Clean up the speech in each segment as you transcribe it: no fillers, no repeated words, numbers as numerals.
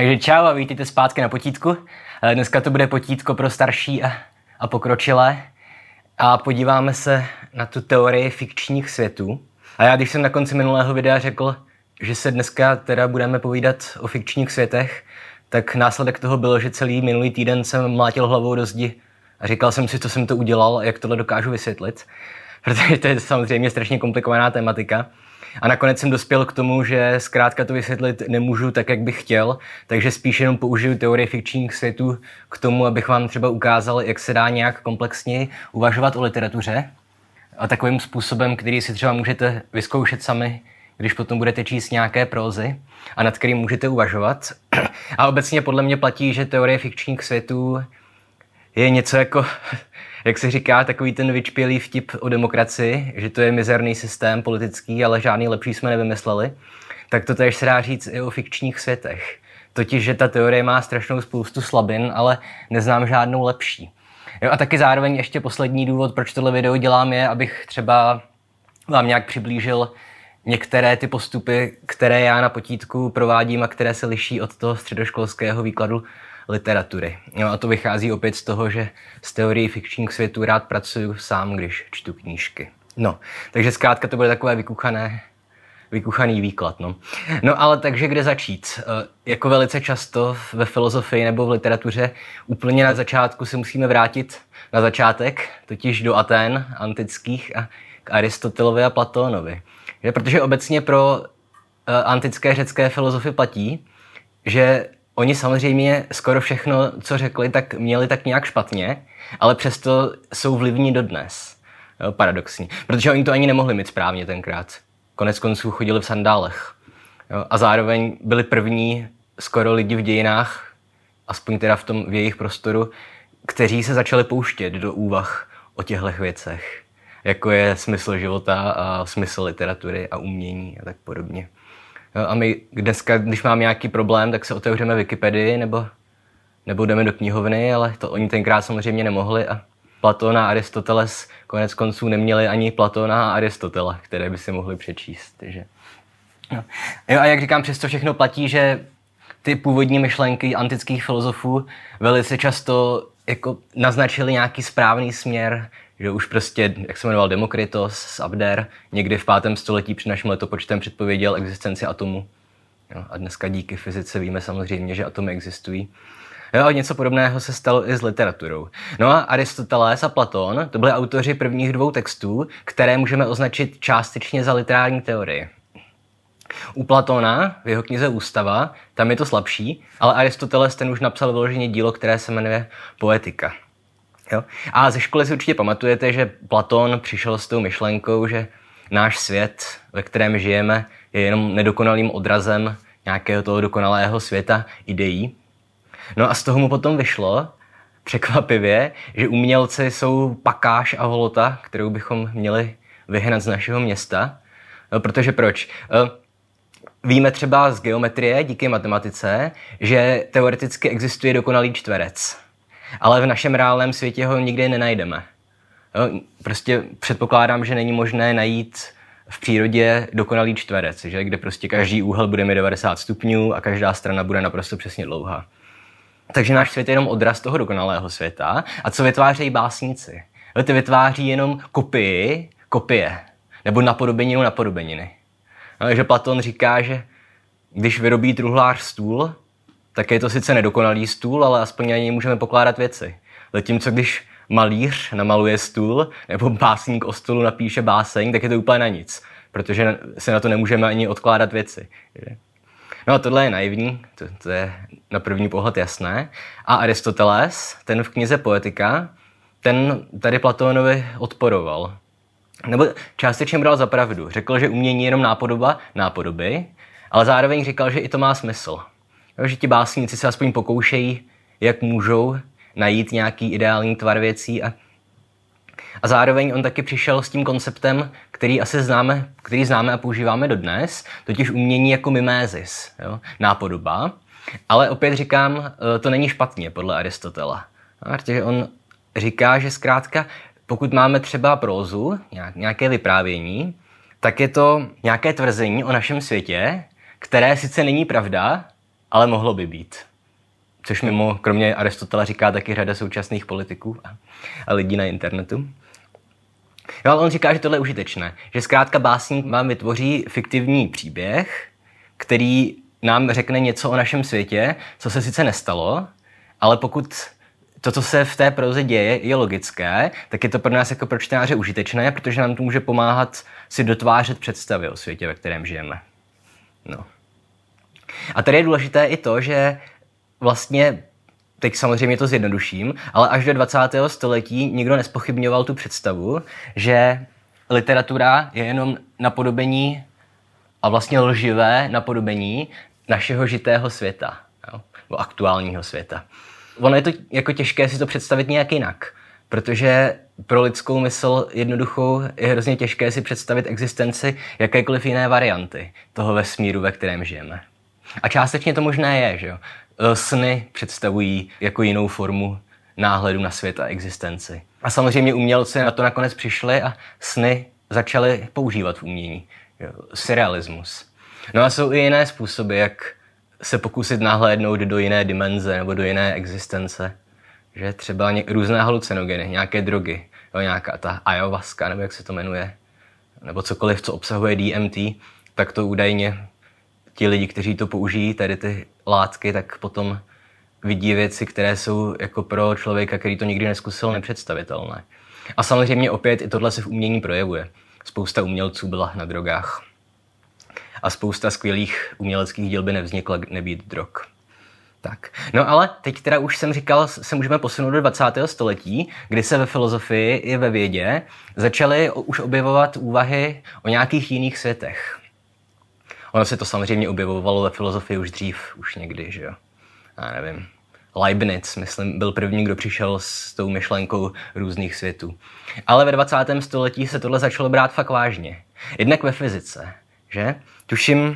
Takže čau a vítejte zpátky na potítku. Dneska to bude potítko pro starší a pokročilé. A podíváme se na tu teorii fikčních světů. A já, když jsem na konci minulého videa řekl, že se dneska teda budeme povídat o fikčních světech, tak následek toho bylo, že celý minulý týden jsem mlátil hlavou do zdi a říkal jsem si, co jsem to udělal a jak tohle dokážu vysvětlit. Protože to je samozřejmě strašně komplikovaná tematika. A nakonec jsem dospěl k tomu, že zkrátka to vysvětlit nemůžu tak, jak bych chtěl, takže spíš jenom použiju teorii fikčních světů k tomu, abych vám třeba ukázal, jak se dá nějak komplexněji uvažovat o literatuře. A takovým způsobem, který si třeba můžete vyzkoušet sami, když potom budete číst nějaké prózy a nad kterým můžete uvažovat. A obecně podle mě platí, že teorie fikčních světů je něco jako, jak se říká, takový ten vyčpělý vtip o demokracii, že to je mizerný systém politický, ale žádný lepší jsme nevymysleli. Tak to též se dá říct i o fikčních světech. Totiž, že ta teorie má strašnou spoustu slabin, ale neznám žádnou lepší. Jo, a taky zároveň ještě poslední důvod, proč tohle video dělám, je, abych třeba vám nějak přiblížil některé ty postupy, které já na potítku provádím a které se liší od toho středoškolského výkladu literatury. No a to vychází opět z toho, že s teorií fikčních světů rád pracuju sám, když čtu knížky. No, takže zkrátka to bude takové vykuchaný výklad. No ale takže kde začít? Jako velice často ve filozofii nebo v literatuře úplně na začátku se musíme vrátit na začátek, totiž do Atén antických a k Aristotelovi a Platónovi. Protože obecně pro antické řecké filozofy platí, že oni samozřejmě skoro všechno, co řekli, tak měli tak nějak špatně, ale přesto jsou vlivní dodnes. Jo, paradoxní. Protože oni to ani nemohli mít správně tenkrát. Konec konců chodili v sandálech. Jo, a zároveň byli první skoro lidi v dějinách, aspoň teda v jejich prostoru, kteří se začali pouštět do úvah o těchto věcech. Jako je smysl života a smysl literatury a umění a tak podobně. A my dneska, když máme nějaký problém, tak se otevřeme Wikipedii nebo jdeme do knihovny, ale to oni tenkrát samozřejmě nemohli a Platón a Aristoteles konec konců neměli ani Platóna a Aristotela, které by si mohli přečíst. Takže. No. Jo, a jak říkám, přesto všechno platí, že ty původní myšlenky antických filozofů velice často jako naznačili nějaký správný směr, že už prostě, jak se jmenoval Demokritos z Abder, někdy v 5. století před naším letopočtem předpověděl existenci atomu. Jo, a dneska díky fyzice víme samozřejmě, že atomy existují. Jo, a něco podobného se stalo i s literaturou. No a Aristoteles a Platón, to byli autoři prvních 2 textů, které můžeme označit částečně za literární teorii. U Platóna v jeho knize Ústava, tam je to slabší, ale Aristoteles ten už napsal vyloženě dílo, které se jmenuje Poetika. Jo? A ze školy si určitě pamatujete, že Platón přišel s tou myšlenkou, že náš svět, ve kterém žijeme, je jenom nedokonalým odrazem nějakého toho dokonalého světa ideí. No a z toho mu potom vyšlo, překvapivě, že umělci jsou pakáž a holota, kterou bychom měli vyhnat z našeho města. No, protože proč? Víme třeba z geometrie, díky matematice, že teoreticky existuje dokonalý čtverec. Ale v našem reálném světě ho nikdy nenajdeme. Jo, prostě předpokládám, že není možné najít v přírodě dokonalý čtverec, že? Kde prostě každý úhel bude mít 90 stupňů a každá strana bude naprosto přesně dlouhá. Takže náš svět je jenom odraz toho dokonalého světa. A co vytvářejí básníci? Jo, ty vytváří jenom kopie, nebo napodobeninu napodobeniny. No, že Platón říká, že když vyrobí truhlář stůl, tak je to sice nedokonalý stůl, ale aspoň na něj můžeme pokládat věci. Zatímco když malíř namaluje stůl, nebo básník o stolu napíše báseň, tak je to úplně na nic, protože se na to nemůžeme ani odkládat věci. No a tohle je naivní, to je na první pohled jasné. A Aristoteles, ten v knize Poetika, ten tady Platónovi odporoval. Nebo částečně bral za pravdu. Řekl, že umění je jenom nápodoba nápodoby, ale zároveň říkal, že i to má smysl. Jo, že ti básníci se aspoň pokoušejí, jak můžou najít nějaký ideální tvar věcí a zároveň on taky přišel s tím konceptem, který známe a používáme dodnes, totiž umění jako mimézis, jo, nápodoba. Ale opět říkám, to není špatně podle Aristotela. Protože on říká, že zkrátka, pokud máme třeba prózu, nějaké vyprávění, tak je to nějaké tvrzení o našem světě, které sice není pravda, ale mohlo by být. Což mimo, kromě Aristotela, říká taky řada současných politiků a lidí na internetu. No, ale on říká, že tohle je užitečné. Že zkrátka básník vám vytvoří fiktivní příběh, který nám řekne něco o našem světě, co se sice nestalo, ale pokud to, co se v té proze děje, je logické, tak je to pro nás jako pro čtenáře užitečné, protože nám to může pomáhat si dotvářet představy o světě, ve kterém žijeme. No. A tady je důležité i to, že vlastně, teď samozřejmě to zjednoduším, ale až do 20. století nikdo nespochybňoval tu představu, že literatura je jenom napodobení a vlastně lživé napodobení našeho žitého světa, jo? Nebo aktuálního světa. Ono je to jako těžké si to představit nějak jinak, protože pro lidskou mysl jednoduchou je hrozně těžké si představit existenci jakékoliv jiné varianty toho vesmíru, ve kterém žijeme. A částečně to možné je, že jo? Sny představují jako jinou formu náhledu na svět a existenci. A samozřejmě umělci na to nakonec přišli a sny začali používat v umění. Surrealismus. No a jsou i jiné způsoby, jak se pokusit nahlédnout do jiné dimenze nebo do jiné existence. Že třeba různé halucinogeny, nějaké drogy, jo, nějaká ta ayahuasca, nebo jak se to jmenuje, nebo cokoliv, co obsahuje DMT, tak to údajně ti lidi, kteří to použijí, tady ty látky, tak potom vidí věci, které jsou jako pro člověka, který to nikdy neskusil, nepředstavitelné. A samozřejmě opět i tohle se v umění projevuje. Spousta umělců byla na drogách. A spousta skvělých uměleckých díl by nevznikla nebýt drog. Tak. No ale teď teda už jsem říkal, se můžeme posunout do 20. století, kdy se ve filozofii i ve vědě začaly už objevovat úvahy o nějakých jiných světech. Ono se to samozřejmě objevovalo ve filozofii už dřív, už někdy, že jo. Já nevím. Leibniz, myslím, byl první, kdo přišel s tou myšlenkou různých světů. Ale ve 20. století se tohle začalo brát fakt vážně. Jednak ve fyzice, že? Tuším,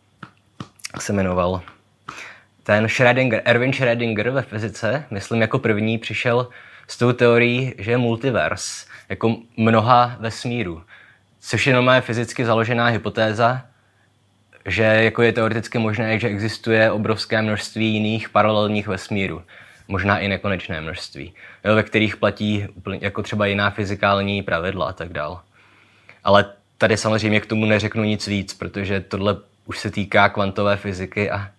jak se jmenoval, ten Erwin Schrödinger ve fyzice, myslím, jako první přišel s tou teorií, že je multivers, jako mnoha vesmírů. Což je normálně fyzicky založená hypotéza, že jako je teoreticky možné, že existuje obrovské množství jiných paralelních vesmírů. Možná i nekonečné množství, jo, ve kterých platí úplně, jako třeba jiná fyzikální pravidla a tak dál. Ale tady samozřejmě k tomu neřeknu nic víc, protože tohle už se týká kvantové fyziky a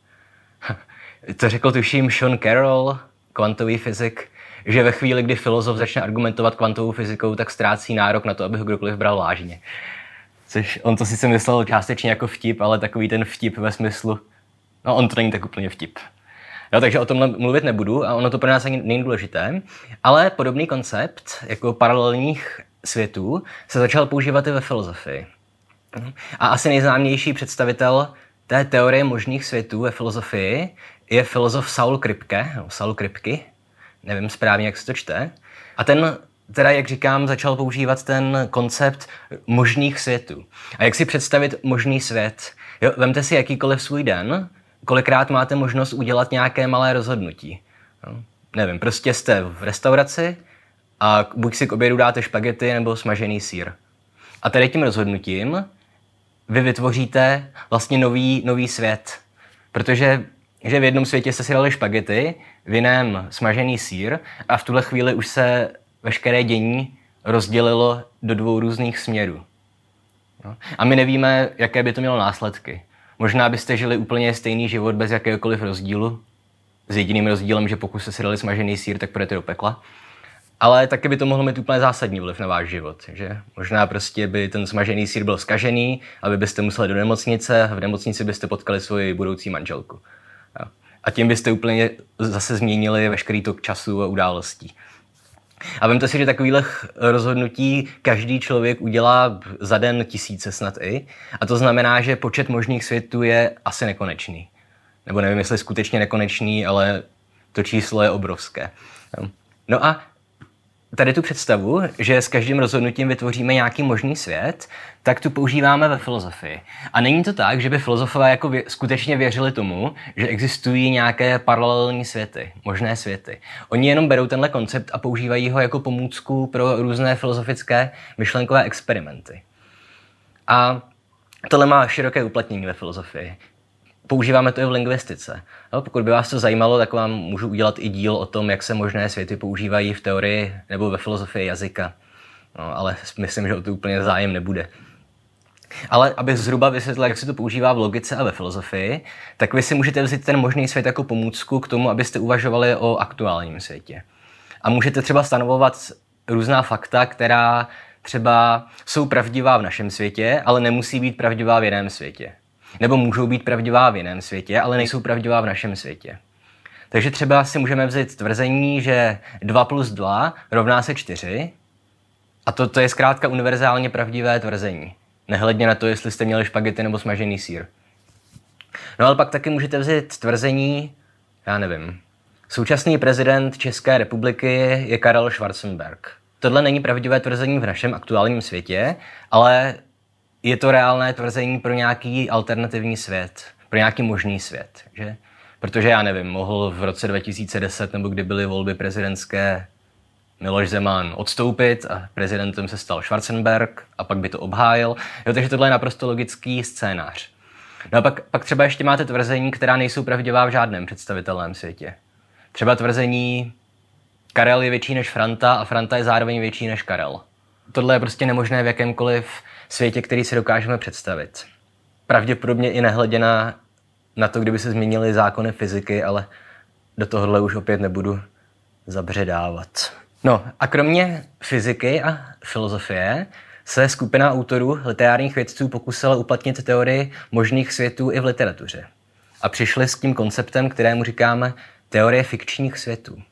to řekl tuším Sean Carroll, kvantový fyzik, že ve chvíli, kdy filozof začne argumentovat kvantovou fyzikou, tak ztrácí nárok na to, aby ho kdokoliv bral vážně. Což on to sice myslel částečně jako vtip, ale takový ten vtip ve smyslu, no on to není tak úplně vtip. Jo, takže o tomhle mluvit nebudu a ono to pro nás ani není důležité, ale podobný koncept jako paralelních světů se začal používat i ve filozofii. A asi nejznámější představitel té teorie možných světů ve filozofii je filozof Saul Kripke, nevím správně, jak se to čte. A ten teda, jak říkám, začal používat ten koncept možných světů. A jak si představit možný svět? Jo, vemte si jakýkoliv svůj den, kolikrát máte možnost udělat nějaké malé rozhodnutí. Jo, nevím, prostě jste v restauraci a buď si k obědu dáte špagety nebo smažený sýr. A tady tím rozhodnutím vy vytvoříte vlastně nový svět. Protože že v jednom světě jste si dali špagety, v jiném smažený sýr a v tuhle chvíli už se veškeré dění rozdělilo do dvou různých směrů. No. A my nevíme, jaké by to mělo následky. Možná byste žili úplně stejný život bez jakéhokoliv rozdílu, s jediným rozdílem, že pokud jste si dali smažený sýr, tak půjdete do pekla. Ale taky by to mohlo mít úplně zásadní vliv na váš život. Že? Možná prostě by ten smažený sýr byl zkažený a vy byste museli do nemocnice a v nemocnici byste potkali svoji budoucí manželku. Jo. A tím byste úplně zase změnili veškerý tok času a událostí. A vemte si, že takových rozhodnutí každý člověk udělá za den tisíce snad i. A to znamená, že počet možných světů je asi nekonečný. Nebo nevím, jestli skutečně nekonečný, ale to číslo je obrovské. No a tady tu představu, že s každým rozhodnutím vytvoříme nějaký možný svět, tak tu používáme ve filozofii. A není to tak, že by filozofové jako skutečně věřili tomu, že existují nějaké paralelní světy, možné světy. Oni jenom berou tenhle koncept a používají ho jako pomůcku pro různé filozofické myšlenkové experimenty. A tohle má široké uplatnění ve filozofii. používáme to i v lingvistice. No, pokud by vás to zajímalo, tak vám můžu udělat i díl o tom, jak se možné světy používají v teorii nebo ve filozofii jazyka. No, ale myslím, že o to úplně zájem nebude. Ale abych zhruba vysvětlil, jak se to používá v logice a ve filozofii, tak vy si můžete vzít ten možný svět jako pomůcku k tomu, abyste uvažovali o aktuálním světě. A můžete třeba stanovovat různá fakta, která třeba jsou pravdivá v našem světě, ale nemusí být pravdivá v jiném světě. Nebo můžou být pravdivá v jiném světě, ale nejsou pravdivá v našem světě. Takže třeba si můžeme vzít tvrzení, že 2 plus 2 rovná se 4. A to je zkrátka univerzálně pravdivé tvrzení. Nehledně na to, jestli jste měli špagety nebo smažený sýr. No ale pak taky můžete vzít tvrzení, já nevím, současný prezident České republiky je Karel Schwarzenberg. Tohle není pravdivé tvrzení v našem aktuálním světě, ale je to reálné tvrzení pro nějaký alternativní svět, pro nějaký možný svět. Že? Protože já nevím, mohl v roce 2010 nebo kdy byly volby prezidentské Miloš Zeman odstoupit a prezidentem se stal Schwarzenberg a pak by to obhájil. Jo, takže tohle je naprosto logický scénář. No a pak třeba ještě máte tvrzení, která nejsou pravdivá v žádném představitelném světě. Třeba tvrzení Karel je větší než Franta a Franta je zároveň větší než Karel. Tohle je prostě nemožné v jakémkoliv světě, který si dokážeme představit. Pravděpodobně i nehledě na to, kdyby se změnily zákony fyziky, ale do tohohle už opět nebudu zabředávat. No a kromě fyziky a filozofie se skupina autorů literárních vědců pokusila uplatnit teorii možných světů i v literatuře. A přišli s tím konceptem, kterému říkáme teorie fikčních světů.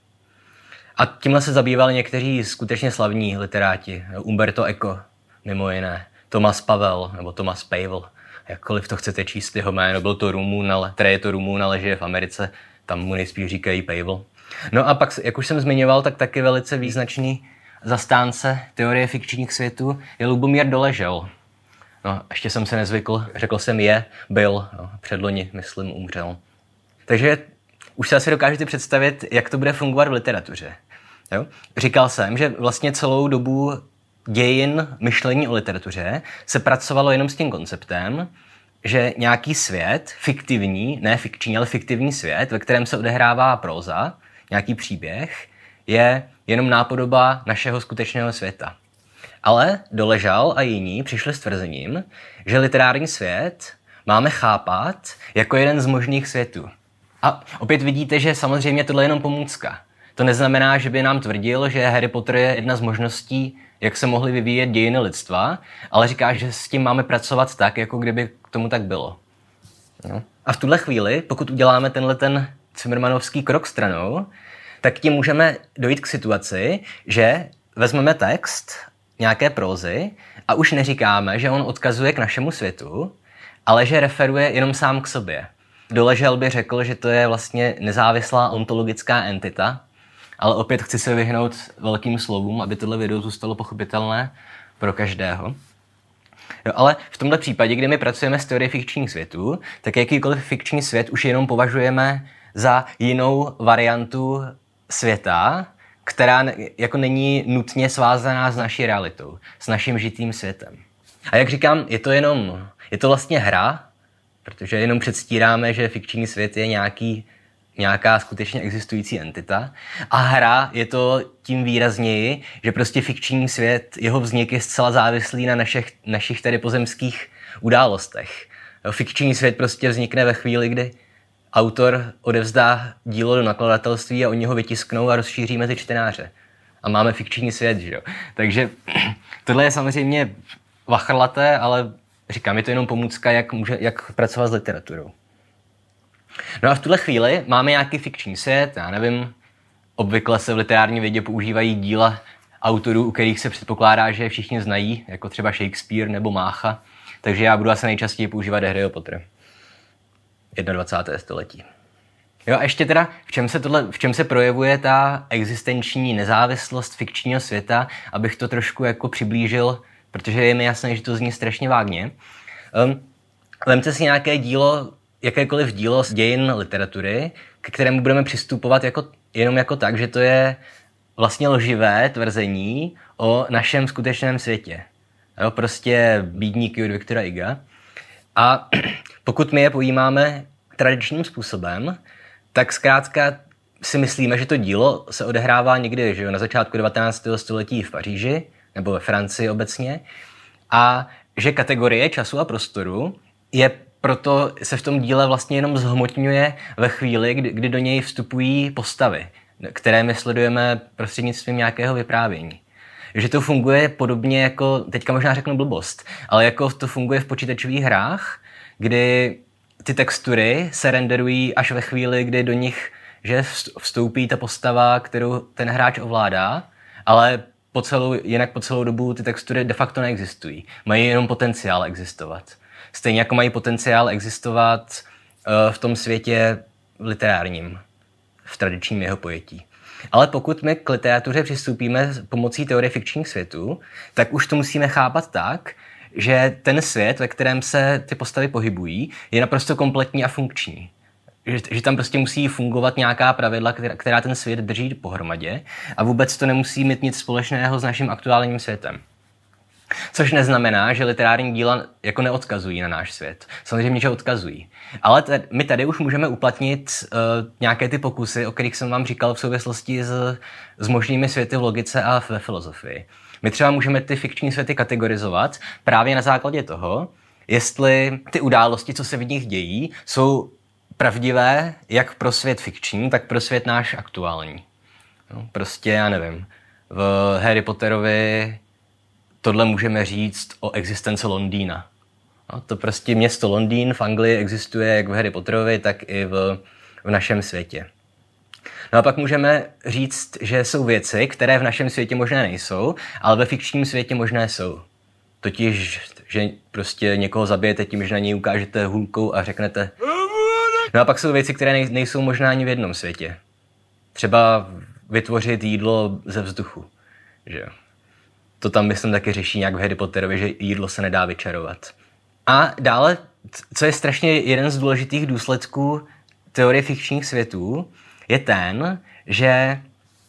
A tímhle se zabývali někteří skutečně slavní literáti. Umberto Eco, mimo jiné. Thomas Pavel, nebo Thomas Pavel. Jakkoliv to chcete číst jeho jméno, byl to Rumún, je to Rumún, ale žije v Americe. Tam mu nejspíš říkají Pavel. No a pak, jak už jsem zmiňoval, tak taky velice význačný zastánce teorie fikčních světů je Lubomír Doležel. No, ještě jsem se nezvykl, řekl jsem byl, no, předloni, myslím, umřel. Takže už se asi dokážete představit, jak to bude fungovat v literatuře. Jo? Říkal jsem, že vlastně celou dobu dějin myšlení o literatuře se pracovalo jenom s tím konceptem, že nějaký svět, fiktivní, ne fikční, ale fiktivní svět, ve kterém se odehrává próza, nějaký příběh, je jenom nápodoba našeho skutečného světa. Ale Doležal a jiní přišli s tvrzením, že literární svět máme chápat jako jeden z možných světů. A opět vidíte, že samozřejmě tohle je jenom pomůcka. To neznamená, že by nám tvrdil, že Harry Potter je jedna z možností, jak se mohly vyvíjet dějiny lidstva, ale říká, že s tím máme pracovat tak, jako kdyby k tomu tak bylo. No. A v tuhle chvíli, pokud uděláme ten Cimrmanovský krok stranou, tak tím můžeme dojít k situaci, že vezmeme text nějaké prózy a už neříkáme, že on odkazuje k našemu světu, ale že referuje jenom sám k sobě. Doležel by řekl, že to je vlastně nezávislá ontologická entita, ale opět chci se vyhnout velkým slovům, aby tohle video zůstalo pochopitelné pro každého. No, ale v tomto případě, kdy my pracujeme s teorií fikčních světů, tak jakýkoliv fikční svět už jenom považujeme za jinou variantu světa, která jako není nutně svázaná s naší realitou, s naším žitým světem. A jak říkám, je to vlastně hra, protože jenom předstíráme, že fikční svět je nějaká skutečně existující entita. A hra je to tím výrazněji, že prostě fikční svět, jeho vznik je zcela závislý na našich tady pozemských událostech. Fikční svět prostě vznikne ve chvíli, kdy autor odevzdá dílo do nakladatelství a oni ho vytisknou a rozšíří mezi čtenáře. A máme fikční svět, že jo. Takže tohle je samozřejmě vachrlaté, ale říkám, je to jenom pomůcka, jak pracovat s literaturou. No a v tuhle chvíli máme nějaký fikční svět, já nevím, obvykle se v literární vědě používají díla autorů, u kterých se předpokládá, že je všichni znají, jako třeba Shakespeare nebo Mácha, takže já budu asi nejčastěji používat Harryho Pottera. 21. století. Jo a ještě teda, v čem se projevuje ta existenční nezávislost fikčního světa, abych to trošku jako přiblížil, protože je mi jasné, že to zní strašně vágně. Vemte si jakékoliv dílo z dějin literatury, ke kterému budeme přistupovat jenom jako tak, že to je vlastně lživé tvrzení o našem skutečném světě. Jo, prostě Bídníky od Viktora Huga. A pokud my je pojímáme tradičním způsobem, tak zkrátka si myslíme, že to dílo se odehrává někdy, že jo, na začátku 19. století v Paříži nebo ve Francii obecně a že kategorie času a prostoru je proto se v tom díle vlastně jenom zhmotňuje ve chvíli, kdy do něj vstupují postavy, které my sledujeme prostřednictvím nějakého vyprávění. Že to funguje podobně jako, teďka možná řeknu blbost, ale jako to funguje v počítačových hrách, kdy ty textury se renderují až ve chvíli, kdy do nich že vstoupí ta postava, kterou ten hráč ovládá, ale jinak po celou dobu ty textury de facto neexistují. Mají jenom potenciál existovat. Stejně jako mají potenciál existovat v tom světě literárním, v tradičním jeho pojetí. Ale pokud my k literatuře přistoupíme pomocí teorie fikčních světů, tak už to musíme chápat tak, že ten svět, ve kterém se ty postavy pohybují, je naprosto kompletní a funkční. Že tam prostě musí fungovat nějaká pravidla, která ten svět drží pohromadě a vůbec to nemusí mít nic společného s naším aktuálním světem. Což neznamená, že literární díla jako neodkazují na náš svět. Samozřejmě, že odkazují. Ale my tady už můžeme uplatnit nějaké ty pokusy, o kterých jsem vám říkal v souvislosti s možnými světy v logice a ve filozofii. My třeba můžeme ty fikční světy kategorizovat právě na základě toho, jestli ty události, co se v nich dějí, jsou pravdivé jak pro svět fikční, tak pro svět náš aktuální. No, prostě já nevím. V Harry Potterovi tohle můžeme říct o existenci Londýna. No, to prostě město Londýn v Anglii existuje jak v Harry Potterovi, tak i v našem světě. No a pak můžeme říct, že jsou věci, které v našem světě možné nejsou, ale ve fikčním světě možné jsou. Totiž, že prostě někoho zabijete tím, že na něj ukážete hůlkou a řeknete. No a pak jsou věci, které nejsou možná ani v jednom světě. Třeba vytvořit jídlo ze vzduchu. Že jo. To tam, myslím, taky řeší nějak v Harry Potterovi, že jídlo se nedá vyčarovat. A dále, co je strašně jeden z důležitých důsledků teorie fikčních světů, je ten, že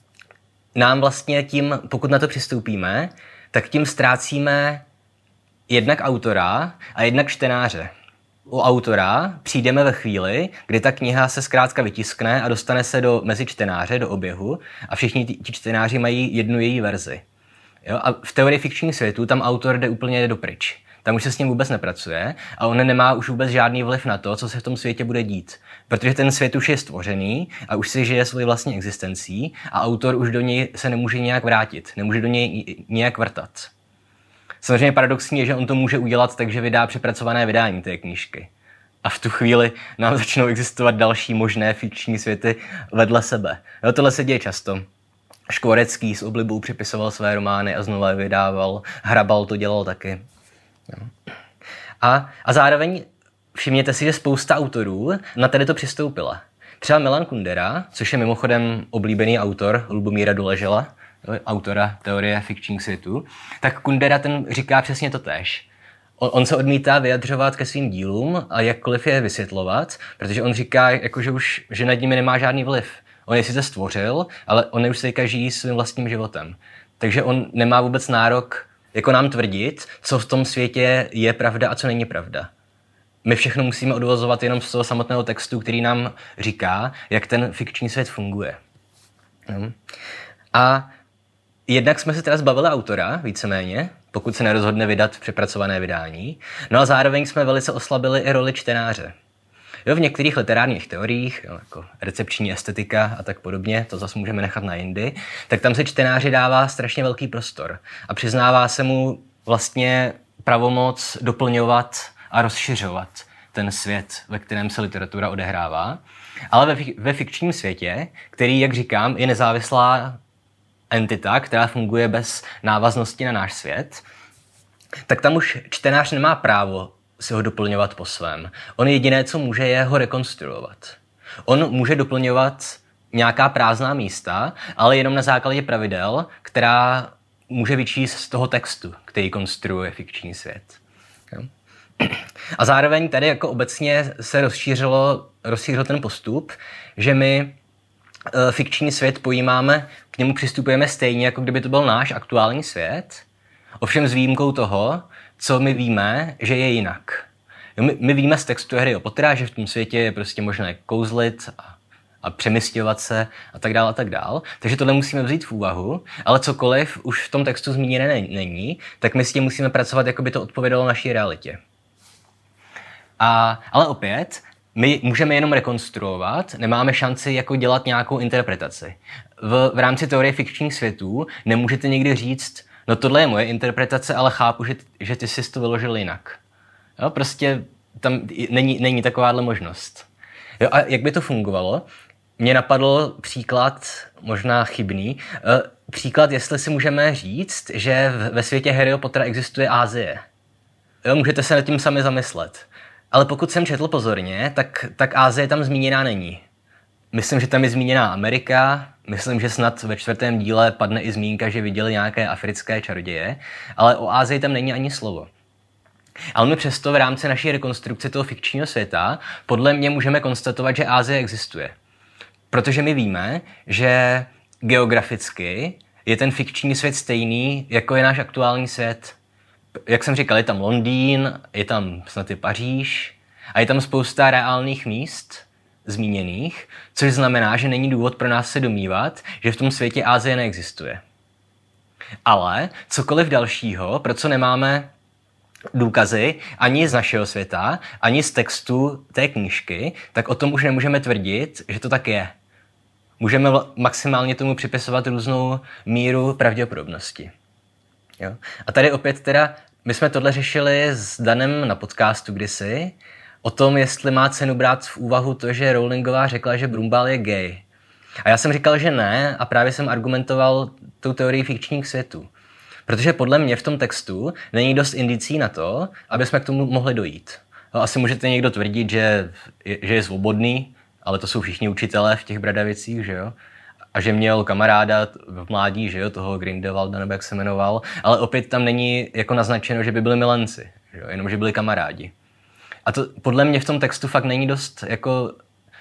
nám vlastně tím, pokud na to přistoupíme, tak tím ztrácíme jednak autora a jednak čtenáře. U autora přijdeme ve chvíli, kdy ta kniha se zkrátka vytiskne a dostane se mezi čtenáře, do oběhu a všichni ti čtenáři mají jednu její verzi. Jo? A v teorii fikčních světů tam autor jde úplně dopryč. Tam už se s ním vůbec nepracuje a on nemá už vůbec žádný vliv na to, co se v tom světě bude dít. Protože ten svět už je stvořený a už si žije svoji vlastní existencí a autor už do něj se nemůže nějak vrátit, nemůže do něj nějak vrtat. Samozřejmě paradoxní je, že on to může udělat tak, že vydá přepracované vydání té knížky. A v tu chvíli nám začnou existovat další možné fikční světy vedle sebe. Jo, tohle se děje často. Škvorecký s oblibou připisoval své romány a znovu je vydával. Hrabal to dělal taky. Jo. A zároveň všimněte si, že spousta autorů na tady to přistoupila. Třeba Milan Kundera, což je mimochodem oblíbený autor Lubomíra Doležela, autora teorie fikčních světů, tak Kundera ten říká přesně to též. On se odmítá vyjadřovat ke svým dílům a jakkoliv je vysvětlovat, protože on říká, jako, že nad nimi nemá žádný vliv. On je sice stvořil, ale on už se žijí svým vlastním životem. Takže on nemá vůbec nárok jako nám tvrdit, co v tom světě je pravda a co není pravda. My všechno musíme odvozovat jenom z toho samotného textu, který nám říká, jak ten fikční svět funguje. A jednak jsme se teda zbavili autora, víceméně, pokud se nerozhodne vydat přepracované vydání, no a zároveň jsme velice oslabili i roli čtenáře. Jo, v některých literárních teoriích, jako recepční estetika a tak podobně, to zase můžeme nechat na jindy, tak tam se čtenáři dává strašně velký prostor a přiznává se mu vlastně pravomoc doplňovat a rozšiřovat ten svět, ve kterém se literatura odehrává. Ale ve fikčním světě, který, jak říkám, je nezávislá entita, která funguje bez návaznosti na náš svět, tak tam už čtenář nemá právo si ho doplňovat po svém. On jediné, co může, je ho rekonstruovat. On může doplňovat nějaká prázdná místa, ale jenom na základě pravidel, která může vyčíst z toho textu, který konstruuje fikční svět. A zároveň tady jako obecně se rozšířil ten postup, že my fikční svět pojímáme, k němu přistupujeme stejně, jako kdyby to byl náš aktuální svět, ovšem s výjimkou toho, co my víme, že je jinak. My víme z textu Harryho Pottera, že v tom světě je prostě možné kouzlit a přemysťovat se a tak dál. Takže tohle musíme vzít v úvahu, ale cokoliv už v tom textu zmíněné není, tak my s tím musíme pracovat, jako by to odpovědalo naší realitě. Ale opět, my můžeme jenom rekonstruovat, nemáme šanci jako dělat nějakou interpretaci. V rámci teorie fikčních světů nemůžete někdy říct, no tohle je moje interpretace, ale chápu, že ty jsi to vyložil jinak. Jo, prostě tam není takováhle možnost. Jo, a jak by to fungovalo? Mně napadl příklad, možná chybný, příklad, jestli si můžeme říct, že ve světě Harryho Pottera existuje Asie. Jo, můžete se nad tím sami zamyslet. Ale pokud jsem četl pozorně, tak Asie tam zmíněná není. Myslím, že tam je zmíněná Amerika, myslím, že snad ve 4. díle padne i zmínka, že viděli nějaké africké čaroděje, ale o Asii tam není ani slovo. Ale my přesto v rámci naší rekonstrukce toho fikčního světa podle mě můžeme konstatovat, že Asie existuje. Protože my víme, že geograficky je ten fikční svět stejný, jako je náš aktuální svět. Jak jsem říkal, je tam Londýn, je tam snad i Paříž a je tam spousta reálných míst zmíněných, což znamená, že není důvod pro nás se domnívat, že v tom světě Asie neexistuje. Ale cokoliv dalšího, pro co nemáme důkazy ani z našeho světa, ani z textu té knížky, tak o tom už nemůžeme tvrdit, že to tak je. Můžeme maximálně tomu připisovat různou míru pravděpodobnosti. Jo? A tady opět teda, my jsme tohle řešili s Danem na podcastu kdysi, o tom, jestli má cenu brát v úvahu to, že Rowlingová řekla, že Brumbál je gay. A já jsem říkal, že ne, a právě jsem argumentoval tou teorií fikčních světů. Protože podle mě v tom textu není dost indicí na to, aby jsme k tomu mohli dojít. No, asi můžete někdo tvrdit, že je svobodný, ale to jsou všichni učitelé v těch Bradavicích, že jo? A že měl kamaráda v mládí, že jo, toho Grindelwalda, nebo jak se jmenoval, ale opět tam není jako naznačeno, že by byli milenci, že jo? Jenom že byli kamarádi. A to podle mě v tom textu fakt není dost jako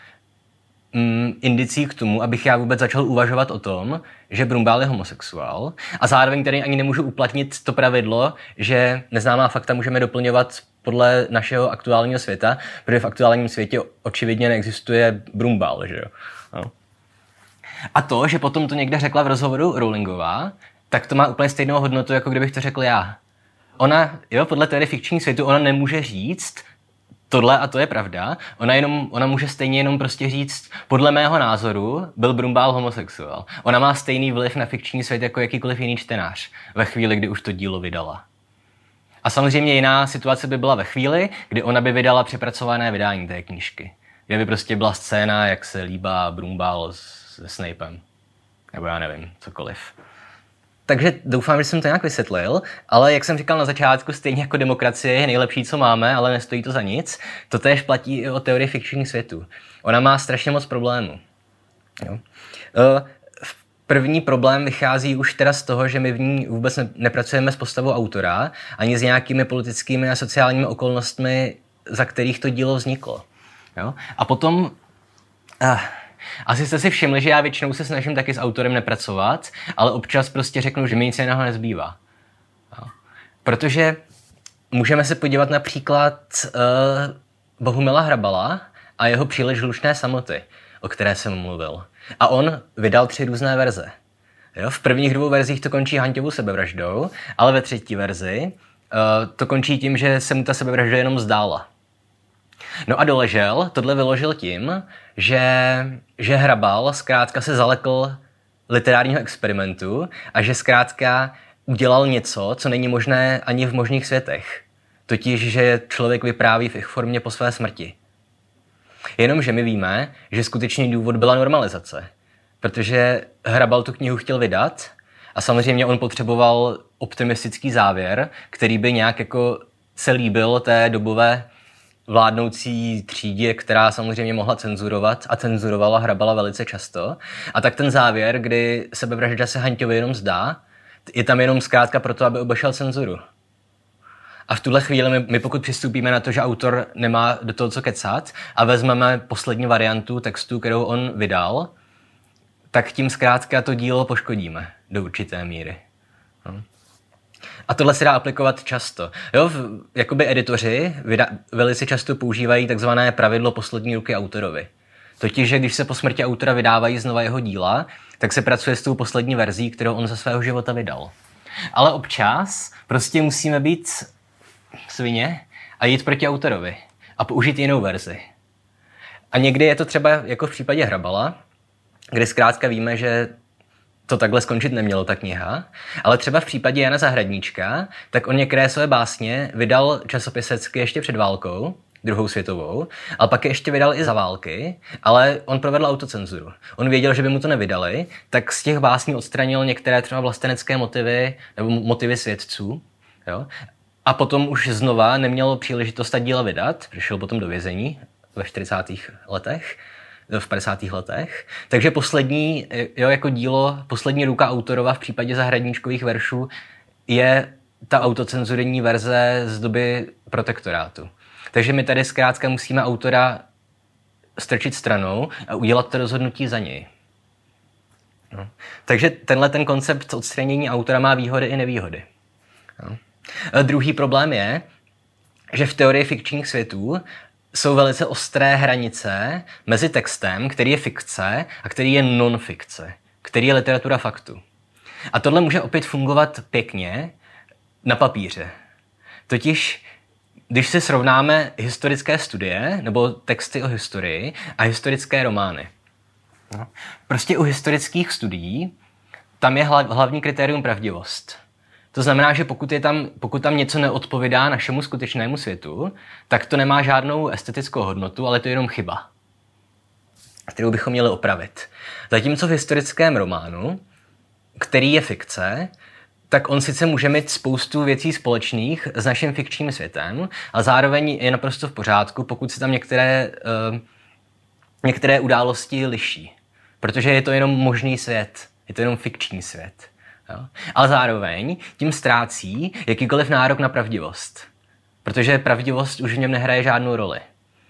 indicí k tomu, abych já vůbec začal uvažovat o tom, že Brumbál je homosexuál a zároveň tady ani nemůžu uplatnit to pravidlo, že neznámá fakta můžeme doplňovat podle našeho aktuálního světa, protože v aktuálním světě očividně neexistuje Brumbál, že jo. No. A to, že potom to někde řekla v rozhovoru Rowlingová, tak to má úplně stejnou hodnotu, jako kdybych to řekl já. Ona, jo, podle teorie fikčních světů, ona nemůže říct, tohle a to je pravda, ona může stejně jenom prostě říct, podle mého názoru byl Brumbál homosexuál. Ona má stejný vliv na fikční svět jako jakýkoliv jiný čtenář ve chvíli, kdy už to dílo vydala. A samozřejmě jiná situace by byla ve chvíli, kdy ona by vydala přepracované vydání té knížky. Kde by prostě byla scéna, jak se líbá Brumbál se Snapem. Nebo já nevím, cokoliv. Takže doufám, že jsem to nějak vysvětlil, ale jak jsem říkal na začátku, stejně jako demokracie je nejlepší, co máme, ale nestojí to za nic. To též platí i o teorii fikčních světů. Ona má strašně moc problémů. Jo. První problém vychází už teda z toho, že my v ní vůbec nepracujeme s postavou autora, ani s nějakými politickými a sociálními okolnostmi, za kterých to dílo vzniklo. Jo. A potom... Asi jste si všimli, že já většinou se snažím taky s autorem nepracovat, ale občas prostě řeknu, že mi nic jiného nezbývá. Jo. Protože můžeme se podívat například Bohumila Hrabala a jeho Příliš hlučné samoty, o které jsem mluvil. A on vydal 3 různé verze. Jo. V prvních 2 verzích to končí Hanťovou sebevraždou, ale ve 3. verzi to končí tím, že se mu ta sebevražda jenom zdála. No a Doležel tohle vyložil tím, že Hrabal zkrátka se zalekl literárního experimentu a že zkrátka udělal něco, co není možné ani v možných světech. Totiž, že člověk vypráví v ich formě po své smrti. Jenomže my víme, že skutečný důvod byla normalizace. Protože Hrabal tu knihu chtěl vydat a samozřejmě on potřeboval optimistický závěr, který by nějak jako se líbil té dobové vládnoucí třídě, která samozřejmě mohla cenzurovat a cenzurovala Hrabala velice často. A tak ten závěr, kdy sebevražda se Hanťovi jenom zdá, je tam jenom zkrátka proto, aby obešel cenzuru. A v tuhle chvíli my pokud přistoupíme na to, že autor nemá do toho co kecat a vezmeme poslední variantu textu, kterou on vydal, tak tím zkrátka to dílo poškodíme do určité míry. A tohle se dá aplikovat často. Jo, jakoby editoři velice často používají takzvané pravidlo poslední ruky autorovi. Totiž, že když se po smrti autora vydávají znova jeho díla, tak se pracuje s tou poslední verzí, kterou on za svého života vydal. Ale občas prostě musíme být svině a jít proti autorovi a použít jinou verzi. A někdy je to třeba jako v případě Hrabala, kde zkrátka víme, že to takhle skončit nemělo ta kniha, ale třeba v případě Jana Zahradníčka, tak on některé své básně vydal časopisecky ještě před válkou, druhou světovou, ale pak je ještě vydal i za války, ale on provedl autocenzuru. On věděl, že by mu to nevydali, tak z těch básní odstranil některé třeba vlastenecké motivy nebo motivy svědců. Jo? A potom už znova neměl příležitost ta díla vydat, přišel potom do vězení ve 40. letech, v 50. letech. Takže poslední, jako dílo, poslední ruka autorova v případě Zahradníčkových veršů je ta autocenzurní verze z doby protektorátu. Takže my tady zkrátka musíme autora strčit stranou a udělat to rozhodnutí za něj. No. Takže ten koncept odstranění autora má výhody i nevýhody. No. Druhý problém je, že v teorii fikčních světů jsou velice ostré hranice mezi textem, který je fikce a který je non-fikce, který je literatura faktu. A tohle může opět fungovat pěkně na papíře. Totiž, když si srovnáme historické studie nebo texty o historii a historické romány. Prostě u historických studií tam je hlavní kritérium pravdivost. To znamená, že pokud tam něco neodpovídá našemu skutečnému světu, tak to nemá žádnou estetickou hodnotu, ale to je jenom chyba, kterou bychom měli opravit. Zatímco v historickém románu, který je fikce, tak on sice může mít spoustu věcí společných s naším fikčním světem, a zároveň je naprosto v pořádku, pokud se tam některé události liší. Protože je to jenom možný svět, je to jenom fikční svět. Jo? Ale zároveň tím ztrácí jakýkoliv nárok na pravdivost. Protože pravdivost už v něm nehraje žádnou roli.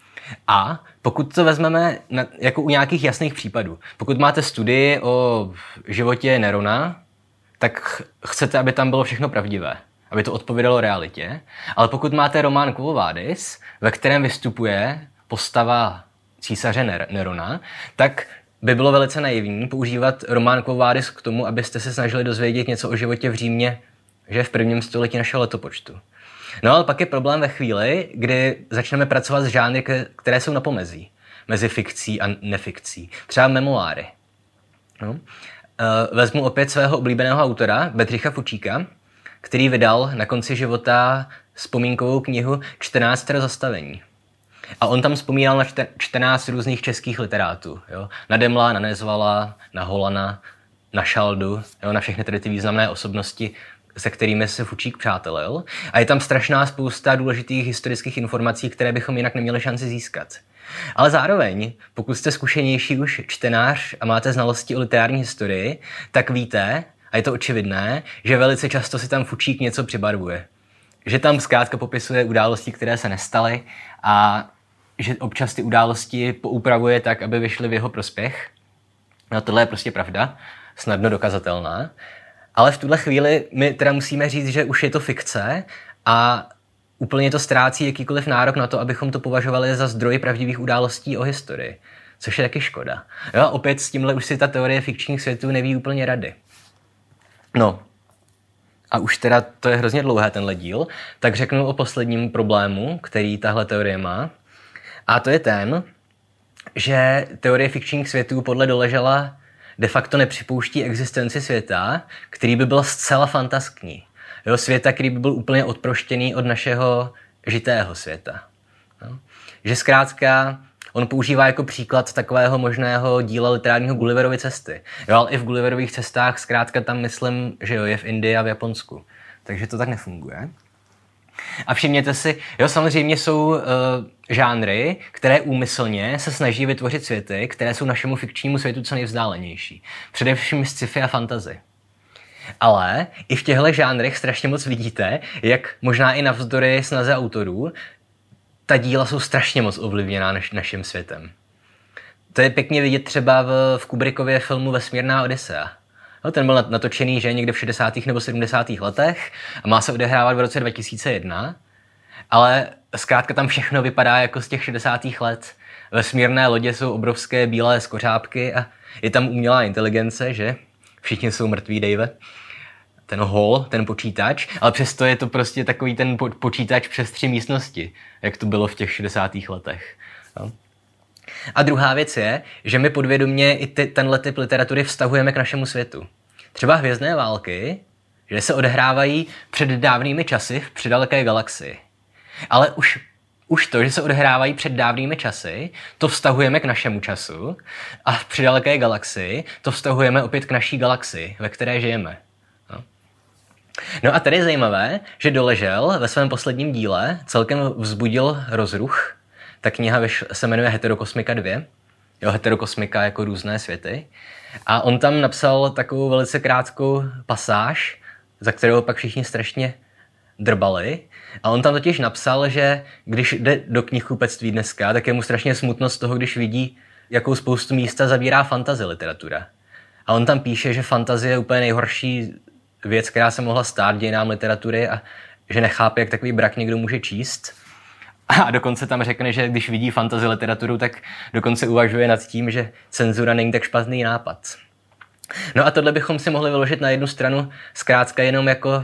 A pokud to vezmeme jako u nějakých jasných případů, pokud máte studii o životě Nerona, tak chcete, aby tam bylo všechno pravdivé, aby to odpovídalo realitě. Ale pokud máte román Quo Vadis, ve kterém vystupuje postava císaře Nerona, tak by bylo velice naivní používat román Quo Vadis k tomu, abyste se snažili dozvědět něco o životě v Římě, že v 1. století našeho letopočtu. No ale pak je problém ve chvíli, kdy začneme pracovat s žánry, které jsou na pomezí mezi fikcí a nefikcí. Třeba memoáry. No. Vezmu opět svého oblíbeného autora, Bedřicha Fučíka, který vydal na konci života vzpomínkovou knihu 14 zastavení. A on tam vzpomínal na 14 různých českých literátů. Jo? Na Demla, na Nezvala, na Holana, na Šaldu, jo? Na všechny tedy ty významné osobnosti, se kterými se Fučík přátelil. A je tam strašná spousta důležitých historických informací, které bychom jinak neměli šanci získat. Ale zároveň, pokud jste zkušenější už čtenář a máte znalosti o literární historii, tak víte, a je to očividné, že velice často si tam Fučík něco přibarvuje. Že tam zkrátka popisuje události, které se nestaly, a že občas ty události poupravuje tak, aby vyšly v jeho prospěch. No tohle je prostě pravda, snadno dokazatelná. Ale v tuhle chvíli my teda musíme říct, že už je to fikce a úplně to ztrácí jakýkoliv nárok na to, abychom to považovali za zdroj pravdivých událostí o historii. Což je taky škoda. Jo, a opět s tímhle už si ta teorie fikčních světů neví úplně rady. No, a už teda to je hrozně dlouhé tenhle díl, tak řeknu o posledním problému, který tahle teorie má. A to je ten, že teorie fikčních světů podle Doležala de facto nepřipouští existenci světa, který by byl zcela fantaskní. Jo, světa, který by byl úplně odproštěný od našeho žitého světa. No. Že zkrátka on používá jako příklad takového možného díla literárního Gulliverovy cesty. Jo, ale i v Gulliverových cestách zkrátka tam myslím, že jo, je v Indii a v Japonsku. Takže to tak nefunguje. A všimněte si, jo, samozřejmě jsou žánry, které úmyslně se snaží vytvořit světy, které jsou našemu fikčnímu světu co nejvzdálenější. Především sci-fi a fantasy. Ale i v těchto žánrech strašně moc vidíte, jak možná i navzdory snaze autorů, ta díla jsou strašně moc ovlivněná naším světem. To je pěkně vidět třeba v Kubrickově filmu Vesmírná Odysea. No, ten byl natočený, že někde v 60. nebo 70. letech a má se odehrávat v roce 2001, ale zkrátka tam všechno vypadá jako z těch 60. let. Vesmírné lodě jsou obrovské bílé skořápky a je tam umělá inteligence, že? Všichni jsou mrtví, Dave. Ten hol, ten počítač, ale přesto je to prostě takový ten počítač přes 3 místnosti, jak to bylo v těch 60. letech. No. A druhá věc je, že my podvědomě i tenhle typ literatury vztahujeme k našemu světu. Třeba Hvězdné války, že se odehrávají před dávnými časy v předaleké galaxii. Ale už to, že se odehrávají před dávnými časy, to vztahujeme k našemu času a v předaleké galaxii to vztahujeme opět k naší galaxii, ve které žijeme. No a tady je zajímavé, že Doležel ve svém posledním díle celkem vzbudil rozruch. Ta kniha se jmenuje Heterokosmika 2. Jo, Heterokosmika jako různé světy. A on tam napsal takovou velice krátkou pasáž, za kterou pak všichni strašně drbali. A on tam totiž napsal, že když jde do knihkupectví dneska, tak je mu strašně smutno z toho, když vidí, jakou spoustu místa zabírá fantasy literatura. A on tam píše, že fantazie je úplně nejhorší věc, která se mohla stát dějinám literatury a že nechápe, jak takový brak někdo může číst. A dokonce tam řekne, že když vidí fantasy literaturu, tak dokonce uvažuje nad tím, že cenzura není tak špatný nápad. No a tohle bychom si mohli vyložit na jednu stranu zkrátka jenom jako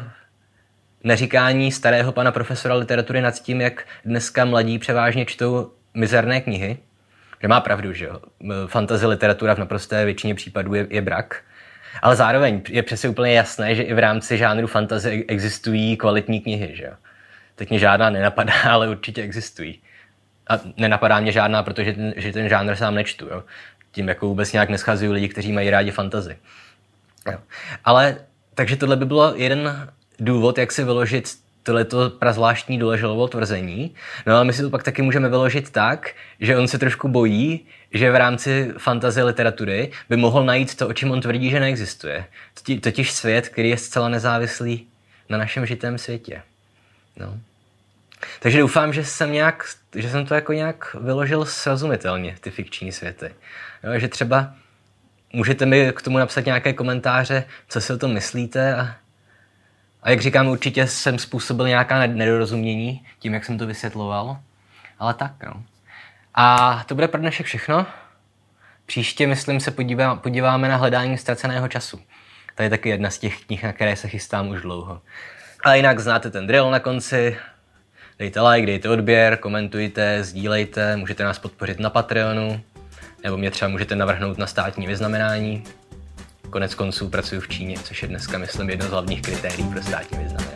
neříkání starého pana profesora literatury nad tím, jak dneska mladí převážně čtou mizerné knihy. Že má pravdu, že jo. Fantasy literatura v naprosté většině případů je brak. Ale zároveň je přesně úplně jasné, že i v rámci žánru fantasy existují kvalitní knihy, že jo. Teď mě žádná nenapadá, ale určitě existují. A nenapadá mě žádná, protože ten žánr sám nečtu, jo. Tím jako vůbec nějak neschazují lidi, kteří mají rádi fantasy. Jo. Ale takže tohle by bylo jeden důvod, jak si vyložit tohleto prazvláštní Doleželovo tvrzení. No ale my si to pak taky můžeme vyložit tak, že on se trošku bojí, že v rámci fantasy literatury by mohl najít to, o čem on tvrdí, že neexistuje. Totiž svět, který je zcela nezávislý na našem žitém světě. No. Takže doufám, že jsem to jako nějak vyložil srozumitelně, ty fikční světy. Jo, že třeba můžete mi k tomu napsat nějaké komentáře, co si o tom myslíte a jak říkám, určitě jsem způsobil nějaká nedorozumění tím, jak jsem to vysvětloval. Ale tak, no. A to bude pro dnešek všechno. Příště, myslím, se podíváme na hledání ztraceného času. To je taky jedna z těch knih, na které se chystám už dlouho. A jinak znáte ten drill na konci. Dejte like, dejte odběr, komentujte, sdílejte, můžete nás podpořit na Patreonu, nebo mě třeba můžete navrhnout na státní vyznamenání. Konec konců pracuji v Číně, což je dneska, myslím, jedno z hlavních kritérií pro státní vyznamenání.